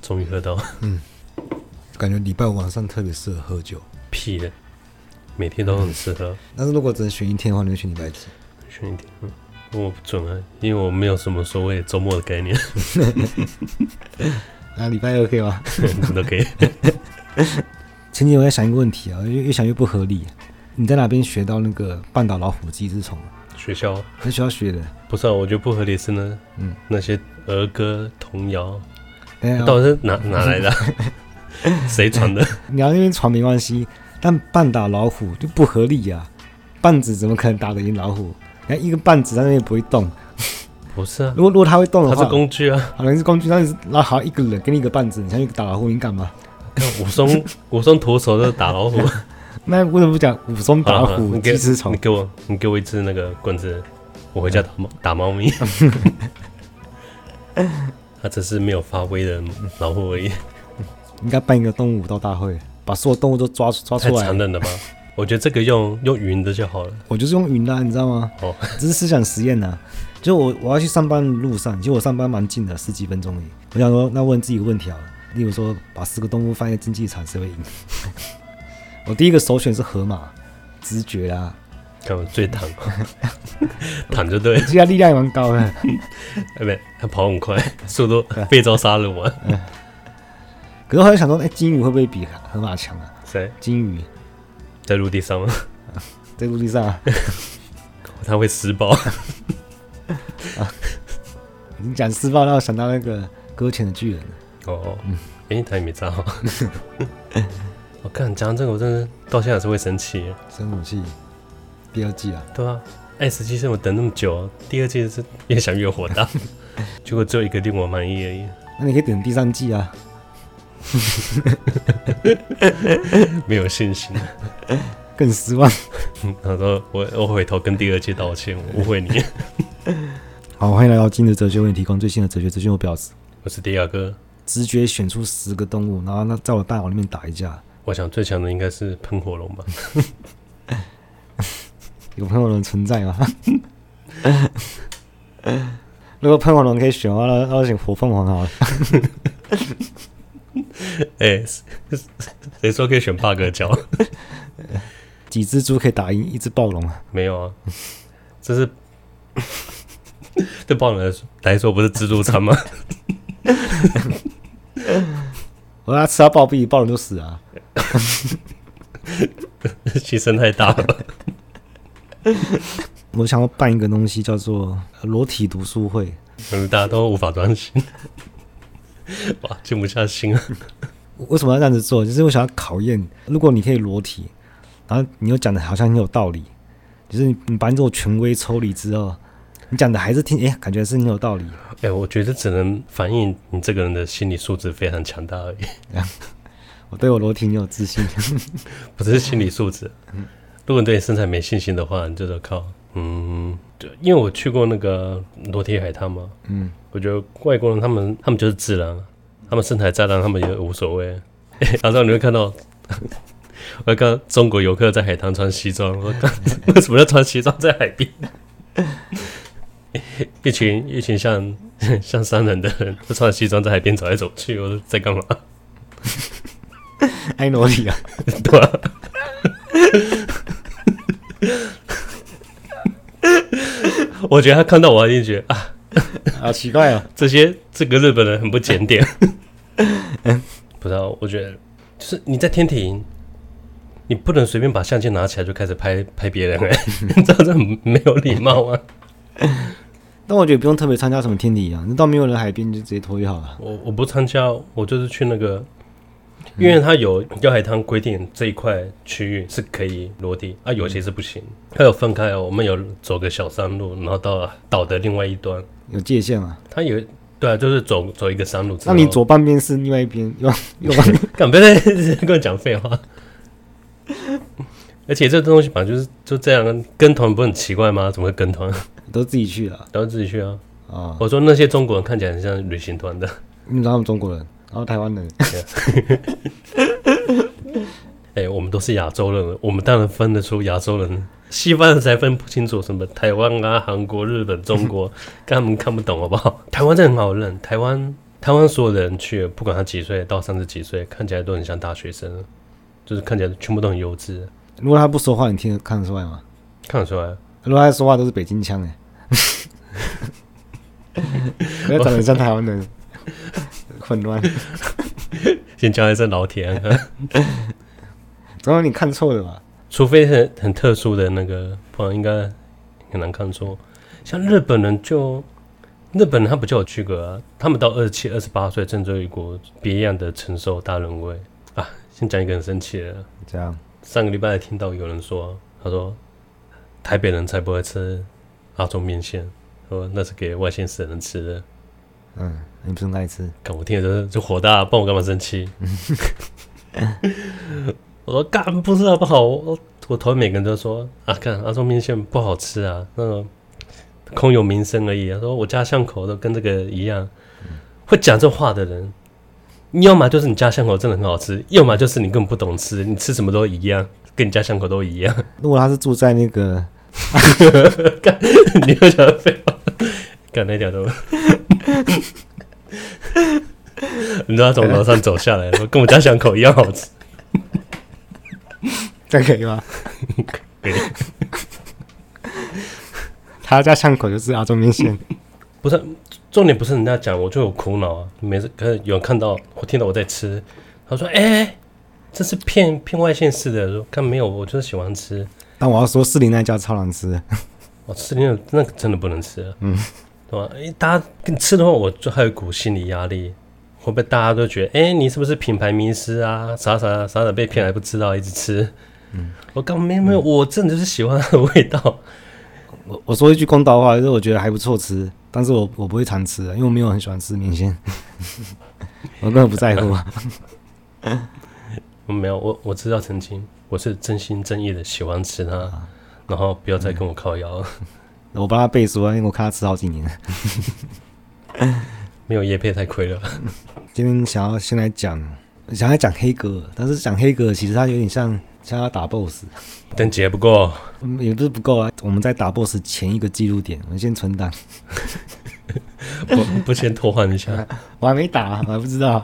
终于喝到。 感觉礼拜五晚上特别适合喝酒。 屁的，每天都很适合。 但是如果只能选一天的话，你会选礼拜几？ 选一天，我不准啊，因为我没有什么所谓周末的概念。 礼拜二可以吗？ 都可以。 前几天我在想一个问题啊，越想越不合理。你在哪边学到那个半岛老虎机之虫？ 学校？ 在学校学的？ 不是啊，我觉得不合理是呢，那些儿歌童谣， 啊到底是哪来的、谁传的？ 你要那边传没关系，但半打老虎就不合理啊！棒子怎么可能打得赢老虎？你看一个棒子在那边不会动。 不是啊， 如果它会动的话， 它是工具啊， 好像是工具。那好，一个人给你一个棒子，你想去打老虎，你干嘛？ 看武松徒手都打老虎。 那为什么不讲武松打虎鸡吃虫？ 你给我一支那个棍子，我回家打猫咪。他只是没有发威的老虎而已。 应该办一个动物武斗大会，把所有动物都抓出来。 太残忍了吧？我觉得这个用云的就好了。 我就是用云的、你知道吗？这是思想实验啊。就我要去上班的路上，其实我上班蛮近的，10几分钟而已。我想说，那问自己一个问题好了，例如说，把10个动物放在竞技场，谁会赢？我第一个首选是河马，直觉啊。 看我最躺，躺就对了。 其实他力量也蛮高的， 他跑很快，速度非洲杀人丸。 可是后来想说，金鱼会不会比河马强啊？ 谁？ 金鱼在陆地上吗？ 在陆地上啊。 他会施暴。 你讲施暴，让我想到那个搁浅的巨人。 他也没炸好。我看讲这个，我真的到现在还是会生气。 生武器第2季啊？ 对啊，爱死机生我等那么久，第2季是越想越火大，结果只有一个令我满意而已。 那你可以等第3季啊。 没有信心， 更失望。 他说我回头跟第2季道歉，我误会你。 好，欢迎来到今日哲学为你提供最新的哲学资讯和婊子。我是迪亚哥。 直觉选出10个动物，然后在我的大脑里面打一架。 我想最强的应该是喷火龙吧。 有喷火龙存在吗？如果喷火龙可以选的话，那我选火凤凰好了。 谁说可以选8个角？ 几只猪可以打赢一只暴龙啊？ 没有啊，这是对暴龙来说不是自助餐吗？ 我要吃到暴毙，暴龙就死啊！ 牺牲太大了。 我想要办一个东西叫做裸体读书会， 大家都无法专心。哇，静不下心啊！ 为什么要这样子做？就是我想要考验，如果你可以裸体，然后你又讲的好像很有道理，就是你把你这种权威抽离之后，你讲的还是感觉是很有道理。 我觉得只能反映你这个人的心理素质非常强大而已。 我对我裸体很有自信。 不是心理素质。如果你对你身材没信心的话，你就得靠因为我去过那个裸体海滩嘛，我觉得外国人他们就是自然，他们身材再烂他们也无所谓。然后你会看到，我会看到中国游客在海滩穿西装，我看为什么要穿西装在海边？一群像商人的人，就穿西装在海边走来走去，我说在干嘛？ 爱裸体啊？ 对啊。我觉得他看到我一定觉得好奇怪哦， 这个日本人很不检点。不知道，我觉得就是你在天体营，你不能随便把相机拿起来就开始拍别人，你知道这很没有礼貌吗？ 但我觉得不用特别参加什么天体营，你到没有人海边你就直接脱就好了。 我不参加，我就是去那个。因为它有要海滩规定这一块区域是可以裸体有些是不行，它有分开我们有走个小山路，然后到岛的另外一端有界限啊。 它有对啊，就是走一个山路。 那你左半边是另外一边，右半边干别跟我讲废话。而且这东西本来就这样，跟团不是很奇怪吗？怎么会跟团？ 都自己去了， 都自己去啊。我说那些中国人看起来很像旅行团的， 你知道他们中国人。然后台湾人， 我们都是亚洲人，我们当然分得出亚洲人，西方人才分不清楚什么台湾啊、韩国、日本、中国，跟他们看不懂好不好？台湾真的很好认，台湾台湾所有的人去，不管他几岁到30几岁，看起来都很像大学生，就是看起来全部都很幼稚。 如果他不说话，你看得出来吗？ 看得出来。 如果他说话都是北京腔我长得像台湾人，混乱。 先叫一声老铁。 总有你看错了吧？ 除非很特殊的那个，不然应该很难看错。像日本人他不就有区隔啊？他们到27、28岁，正有一股别样的成熟大人味啊！先讲一个很生气的， 这样。 上个礼拜听到有人说，他说台北人才不会吃阿中面线，说那是给外县市人吃的。 你不是很爱吃？ 干，我听了就火大，不然我干嘛生气？我说干不是好不好？我头每个人都说啊，干阿中面线不好吃啊，那个空有名声而已。他说我家巷口都跟这个一样。会讲这话的人，你要么就是你家巷口真的很好吃，要么就是你根本不懂吃，你吃什么都一样，跟你家巷口都一样。 如果他是住在那个， 干你又想废话，干那条都。你知道他从楼上走下来，说跟我家巷口一样好吃。 这可以吗？ 可以。 他家巷口就是阿中面线。 不是，重点不是人家讲，我就有苦恼啊。每次可能有人看到我听到我在吃，他说：“这是骗外县市的。”说：“看没有，我就是喜欢吃。” 但我要说士林那家超难吃。 士林那个真的不能吃啊。对吧？大家跟你吃的话，我就还有一股心理压力，会不会大家都觉得，你是不是品牌迷失啊？傻被骗还不知道，一直吃。我刚没有，我真的就是喜欢它的味道。 我说一句公道话，就是我觉得还不错吃，但是我不会常吃，因为我没有很喜欢吃面线，我根本不在乎。 我没有，我知道澄清，我是真心真意的喜欢吃它，然后不要再跟我靠腰了。 我帮他背书啊，因为我看他吃好几年。 没有业配太亏了。 今天想要讲黑格尔，但是讲黑格尔其实他有点像他打 BOSS， 等级还不够。 也不是不够啊。我们在打 BOSS 前一个记录点，我们先存档。 不先拖换一下？ 我还没打，我还不知道。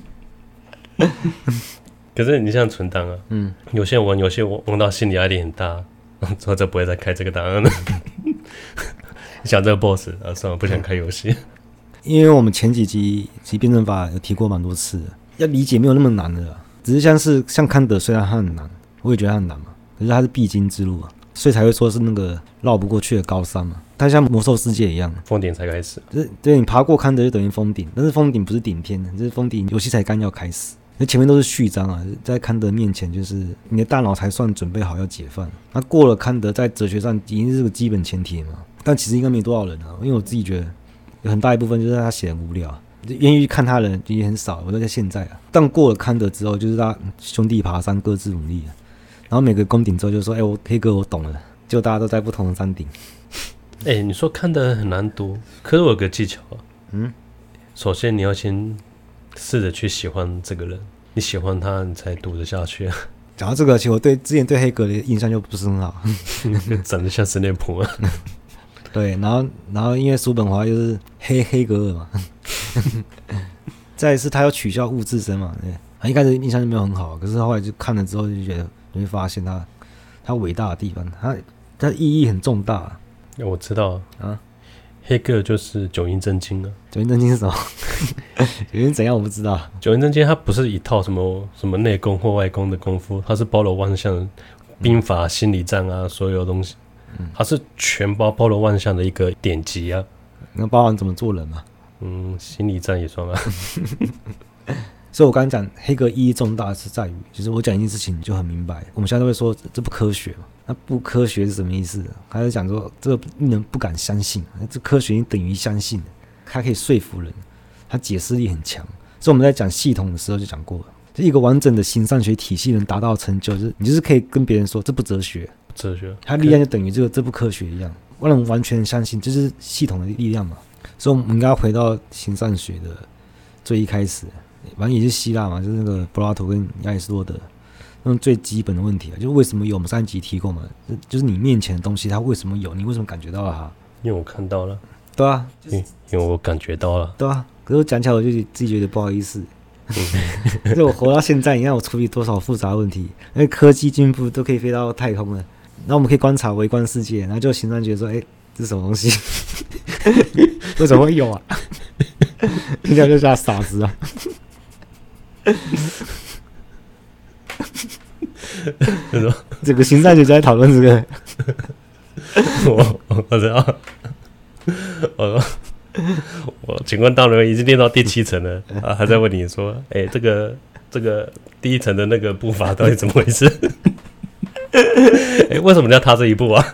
可是你像存档啊，有些人玩游戏玩到心理压力很大，之后就不会再开这个档案了。你想这个 BOSS 啊，算了，不想开游戏。 因为我们前几集辩证法有提过蛮多次的，要理解没有那么难的啦，只是像康德，虽然他很难，我也觉得他很难嘛，可是他是必经之路啊，所以才会说是那个绕不过去的高山嘛。它像魔兽世界一样， 封顶才开始， 就是对你爬过康德就等于封顶，但是封顶不是顶天的，就是封顶游戏才刚要开始。那前面都是序章啊，在康德面前，就是你的大脑才算准备好要解放。那过了康德，在哲学上已经是个基本前提了嘛。但其实应该没多少人啊，因为我自己觉得有很大一部分就是他写很无聊，愿意看他的人也很少。我都在现在啊，但过了康德之后，就是他兄弟爬山各自努力了，然后每个攻顶之后就说：“我黑哥我懂了。”就大家都在不同的山顶。 你说康德很难读，可是我有个技巧啊。首先你要先试着去喜欢这个人，你喜欢他，你才读得下去啊。 讲到这个，其实我之前对黑格尔的印象就不是很好， 长得像史内普啊。 对，然后因为叔本华就是黑格尔嘛，再一次他要取消物质身嘛，对，一开始印象就没有很好，可是后来就看了之后就觉得你会发现他伟大的地方，他意义很重大。 我知道啊，黑格尔就是九阴真经啊。 九阴真经是什么？九阴怎样我不知道。 九阴真经它不是一套什么内功或外功的功夫，它是包罗万象，兵法、心理战啊，所有东西。它是全包罗万象的一个典籍啊。 那包含怎么做人嘛？ 心理战也算啊。 所以我刚才讲黑格尔意义重大是在于，就是我讲一件事情你就很明白。我们现在都会说这不科学嘛，那不科学是什么意思？他在讲说这个令人不敢相信，这科学已经等于相信了，它可以说服人，它解释力很强。所以我们在讲系统的时候就讲过了，就一个完整的形上学体系能达到的成就，就是你就是可以跟别人说这不哲学，它力量就等于这不科学一样，让人完全相信，这就是系统的力量嘛。所以我们应该回到形上学的最一开始。反正也是希腊嘛，就是那个柏拉图跟亚里士多德那种最基本的问题啊，就是为什么有？我们上一集提过嘛，就是你面前的东西它为什么有？你为什么感觉到了它？ 因为我看到了。 对啊， 因为我感觉到了。 对啊， 可是我讲起来我就自己觉得不好意思。就我活到现在，你看我处理多少复杂问题，因为科技进步都可以飞到太空了，然后我们可以观察微观世界，然后就行善觉得说，这是什么东西？为什么会有啊？听起来就像傻子啊！这个行善学在讨论这个， 我知道，我请问大人已经练到第7层了啊，还在问你说，这个第1层的那个步伐到底怎么回事？为什么你要踏这一步啊？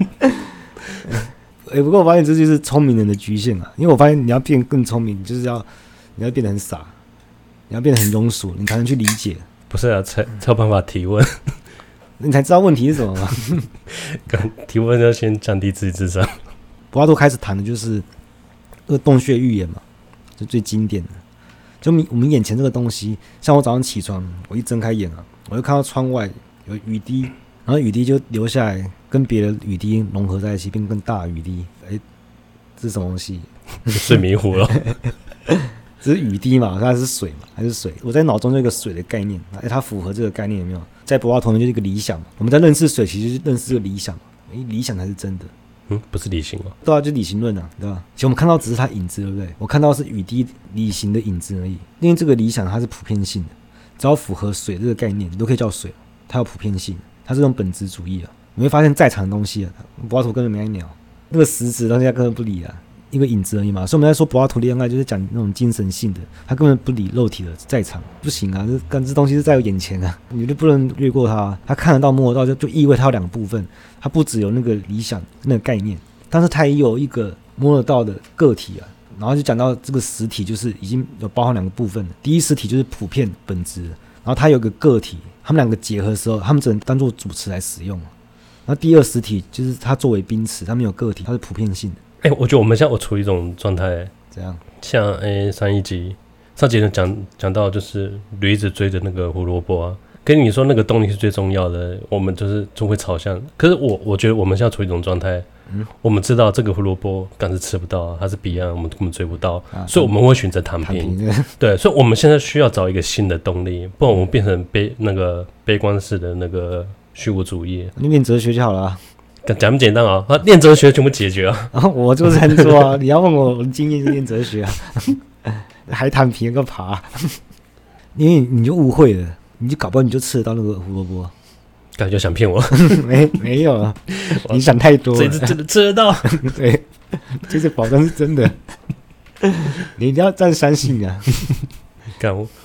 不过我发现这就是聪明人的局限啊，因为我发现你要变更聪明，你要变得很傻，你要变得很庸俗，你才能去理解。 不是啊，才有办法提问， 你才知道问题是什么嘛。 提问要先降低自己智商。 柏拉图开始谈的就是这个洞穴预言嘛，就最经典的。就我们眼前这个东西，像我早上起床，我一睁开眼啊，我就看到窗外有雨滴，然后雨滴就流下来，跟别的雨滴融合在一起，变更大的雨滴。这是什么东西？ 睡迷糊了。 这是雨滴嘛？它是水嘛？还是水？我在脑中就有一个水的概念，它符合这个概念有没有？在柏拉图就是一个理想嘛。我们在认识水，其实是认识这个理想嘛。理想才是真的。 不是理性哦。 对啊，就理性论啊，对吧？其实我们看到只是它影子，对不对？我看到是雨滴理性的影子而已。因为这个理想它是普遍性的，只要符合水这个概念，你都可以叫水，它有普遍性，它是这种本质主义啊。你会发现在场的东西啊，柏拉图根本没在鸟，那个实质东西他根本不理啊。一个影子而已嘛，所以我们在说柏拉图恋爱就是讲那种精神性的，他根本不理肉体的在场，不行啊，这东西是在我眼前啊，你就不能越过它，他看得到摸得到，就意味它有2个部分，它不只有那个理想那个概念，但是它也有一个摸得到的个体啊，然后就讲到这个实体就是已经有包含2个部分了，第一实体就是普遍本质，然后它有个个体，他们2个结合的时候，他们只能当做主词来使用，然后第二实体就是它作为宾词，它没有个体，它是普遍性的。 我觉得我们现在处于一种状态， 怎样？ 像上集讲到就是驴子追着那个胡萝卜啊，跟你说那个动力是最重要的，我们就会朝向。可是我觉得我们现在处于一种状态，我们知道这个胡萝卜干是吃不到啊，它是彼岸，我们根本追不到，所以我们会选择躺平。对，所以我们现在需要找一个新的动力，不然我们变成悲观式的那个虚无主义。 你念哲学就好了啊。 讲不简单啊！念哲学全部解决啊！ 我就是这样做啊！你要问我的经验就念哲学啊，还躺平个爬，因为你就误会了，你就搞不好你就吃得到那个胡萝卜， 感觉想骗我， 没有啊，你想太多了， 这次真的吃得到， 对，这次保证是真的，你一定要这样相信啊！ 干我，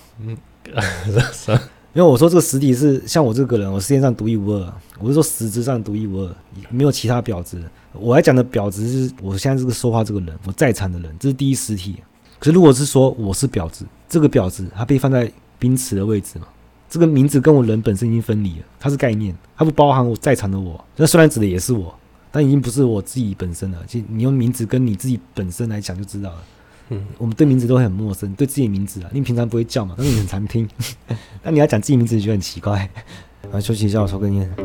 因为我说这个实体是像我这个人，我世界上独一无二，我是说实质上独一无二，没有其他婊子。我来讲的婊子是我现在这个说话这个人，我在场的人，这是第一实体。可是如果是说我是婊子，这个婊子它被放在宾词的位置嘛，这个名字跟我人本身已经分离了，它是概念，它不包含我在场的我。那虽然指的也是我，但已经不是我自己本身了。其实你用名字跟你自己本身来讲就知道了。我们对名字都会很陌生，对自己的名字啊，你平常不会叫嘛，但是你很常听。但你要讲自己名字，你觉得很奇怪。然后休息一下，我抽根烟。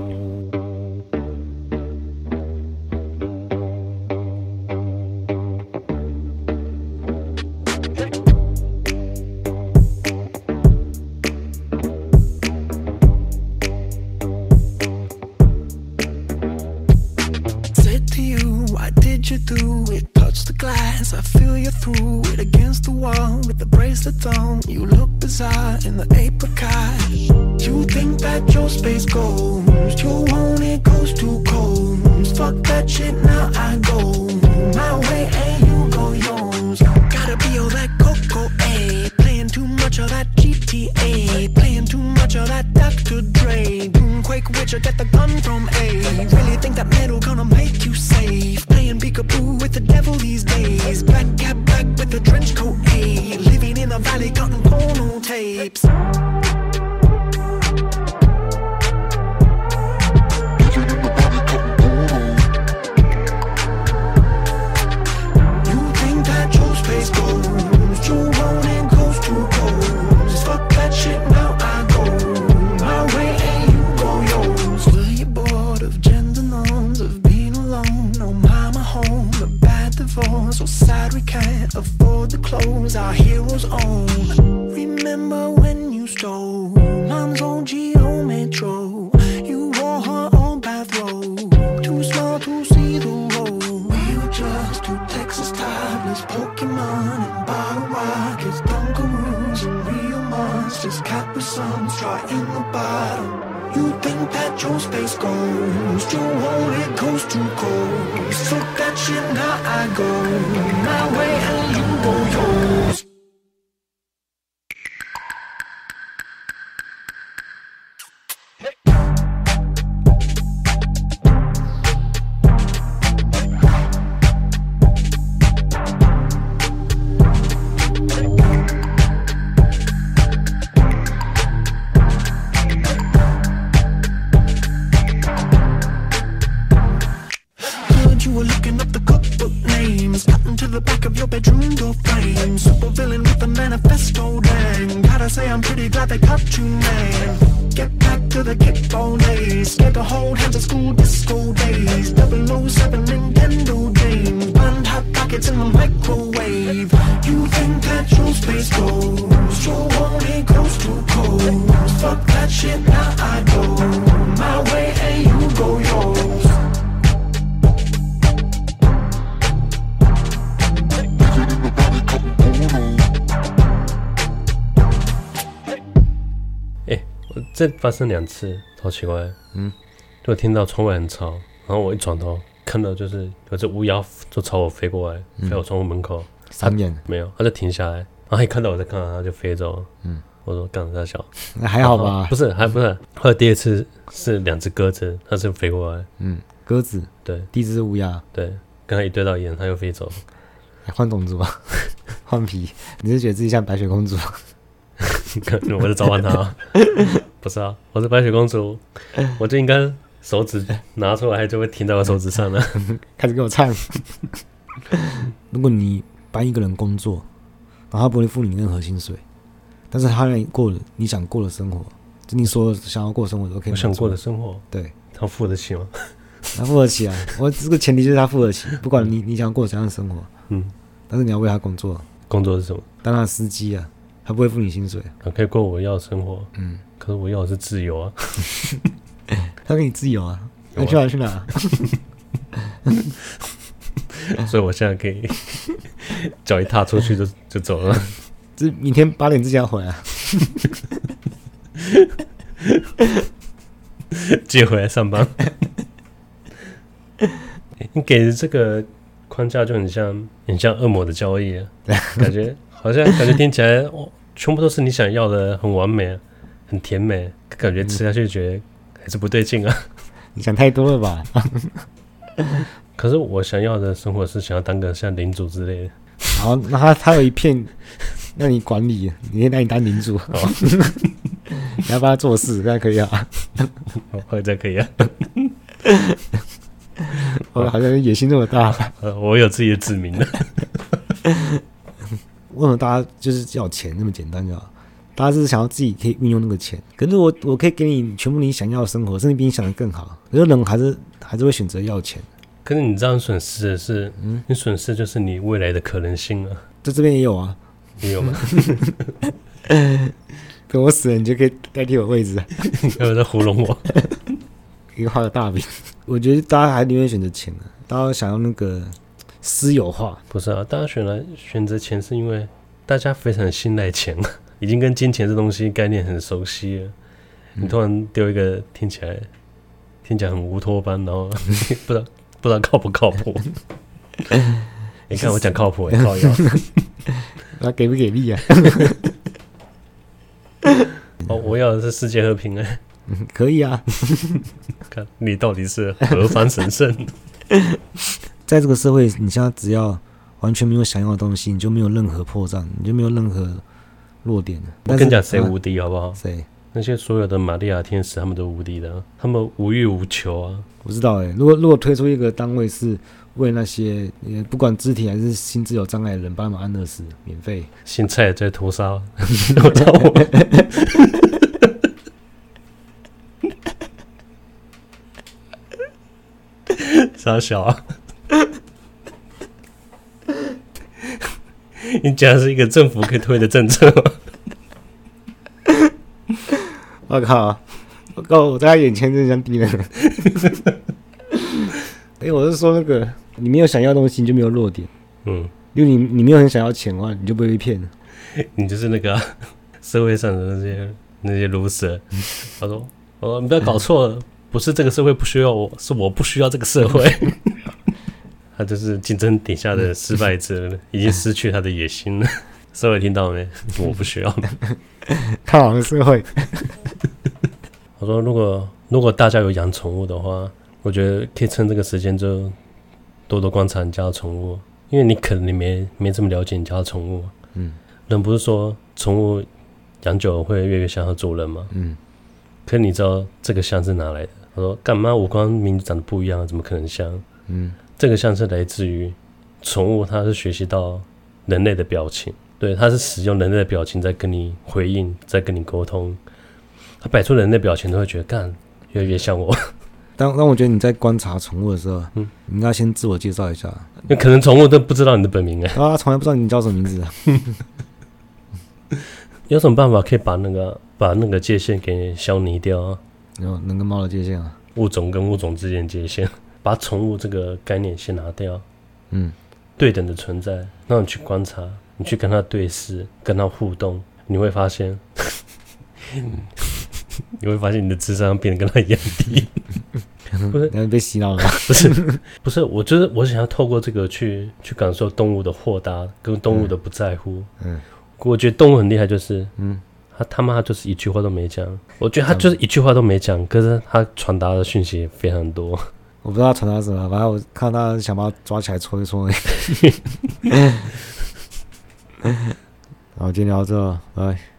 I feel you through it against the wall with the bracelet on. You look bizarre in the apricot. You think that your space goes, you want it goes too cold. Fuck that shit, now I go my way and you go yours. Gotta be all that Coco A, playing too much of that GTA, playing too much of that Dr. Dre. Quake Witcher, get the gun from A. Really think that metal gonna make you safe? Playing peekaboo with the devil these days. Black cat black with the trench coat A. Living in the valley, cutting porno tapes. You think that your space goes, you want it goes too cold. Just fuck that shit, now I go my way and you go yours. Will for the clothes our heroes own. Remember when you stole Mom's old Geo Metro? You wore her old bathrobe, too small to see the road. We were just two Texas toddlers, Pokemon and bottle rockets, Dunkaroos and real monsters, cat with some straw in the bottom. You think that your space goes, your wallet goes too cold. Fuck that shit, now I go my way and you go yours. 这发生2次，超奇怪。就听到窗外很吵，然后我一转头看到就是有只乌鸦就朝我飞过来，飞到窗户门口。 3眼没有，它就停下来，然后一看到我在看它就飞走。我说干啥小？ 那还好吧？ 不是，不是。后来第2次是2只鸽子，它是飞过来。 鸽子对， 第1只是乌鸦， 对，跟它一对到眼，它又飞走。 换种族啊，换皮？你是觉得自己像白雪公主？ 我在召唤他，不是啊，我是白雪公主，我就应该手指拿出来就会停在我手指上了。 开始给我唱。如果你帮一个人工作，然后他不会付你任何薪水，但是他让你过了你想过的生活，就你所有想要过的生活都可以。 我想过的生活， 对， 他付得起吗？ 他付得起啊！我这个前提就是他付得起，不管你想要过怎样的生活，但是你要为他工作。 工作是什么？ 当他的司机啊。他不会付你薪水， 可以过我要的生活。可是我要的是自由啊。 他给你自由啊，那去哪去哪？ 所以我现在可以脚一踏出去就走了。 这明天8点之前要回来， 接回来上班。你给的这个框架就很像恶魔的交易啊，感觉听起来全部都是你想要的，很完美，很甜美，感觉吃下去觉得还是不对劲啊。 你想太多了吧？ 可是我想要的生活是想要当个像领主之类的。 好，那他有一片让你管理，你可以让你当领主。你要帮他做事，这样可以啊？ 这样可以啊。 我好像野心这么大。 我有自己的子民了。 为什么大家就是要钱那么简单就好？大家就是想要自己可以运用那个钱。可是我可以给你全部你想要的生活，甚至比你想的更好。可是人还是会选择要钱。 可是你这样损失的是，你损失就是你未来的可能性啊。 在这边也有啊， 也有吗？ 等我死了，你就可以代替我位置。 你有在糊弄我？ 一个画个大饼。我觉得大家还宁愿选择钱啊，大家想要那个私有化。 不是啊，大家选择钱是因为大家非常信赖钱，已经跟金钱这东西概念很熟悉了。你突然丢一个听起来很乌托邦，然后不知道靠不靠谱。你看我讲靠谱，靠腰。 那给不给力啊？ 我要的是世界和平可以啊。 看你到底是何方神圣？ 在这个社会，你现在只要完全没有想要的东西，你就没有任何破绽，你就没有任何弱点了。 我跟你讲，谁无敌好不好？ 谁？ 那些所有的玛利亚天使，他们都无敌的，他们无欲无求啊。 我知道如果推出一个单位是为那些不管肢体还是心智有障碍的人，帮他们安乐死，免费。 姓蔡在屠杀，我操我！傻小啊！ 你讲的是一个政府可以推的政策吗？ 我靠！我在他眼前真的像低能。我是说那个，你没有想要的东西，你就没有弱点。因为你没有很想要钱的话，你就不会被骗。 你就是那个社会上的那些 loser。他说：“你不要搞错了，不是这个社会不需要我，是我不需要这个社会。”他就是竞争底下的失败者，已经失去他的野心了。社会听到没？我不需要。 看好了社会。 我说，如果大家有养宠物的话，我觉得可以趁这个时间就多多观察你家的宠物，因为你可能没这么了解你家的宠物。人不是说宠物养久了会越来越像它主人吗？可是你知道这个像是哪来的？他说干嘛五官明明长得不一样，怎么可能像？这个像是来自于宠物，它是学习到人类的表情，对，它是使用人类的表情在跟你回应，在跟你沟通。它摆出人类的表情，都会觉得干越来越像我。 但我觉得你在观察宠物的时候，你应该先自我介绍一下， 因为可能宠物都不知道你的本名他从来不知道你叫什么名字啊。 有什么办法可以把那个界限给消弭掉啊？ 人跟猫的界限啊， 物种跟物种之间的界限，把宠物这个概念先拿掉。对等的存在，让你去观察，你去跟它对视，跟它互动，你会发现，你的智商变得跟它一样低。不是被洗脑了？ 不是，我想要透过这个去感受动物的豁达跟动物的不在乎。我觉得动物很厉害，就是他妈就是一句话都没讲。我觉得他就是一句话都没讲，可是他传达的讯息非常多。 我不知道他传达什么，反正我看他想把他抓起来戳一戳。好，今天聊到这，拜。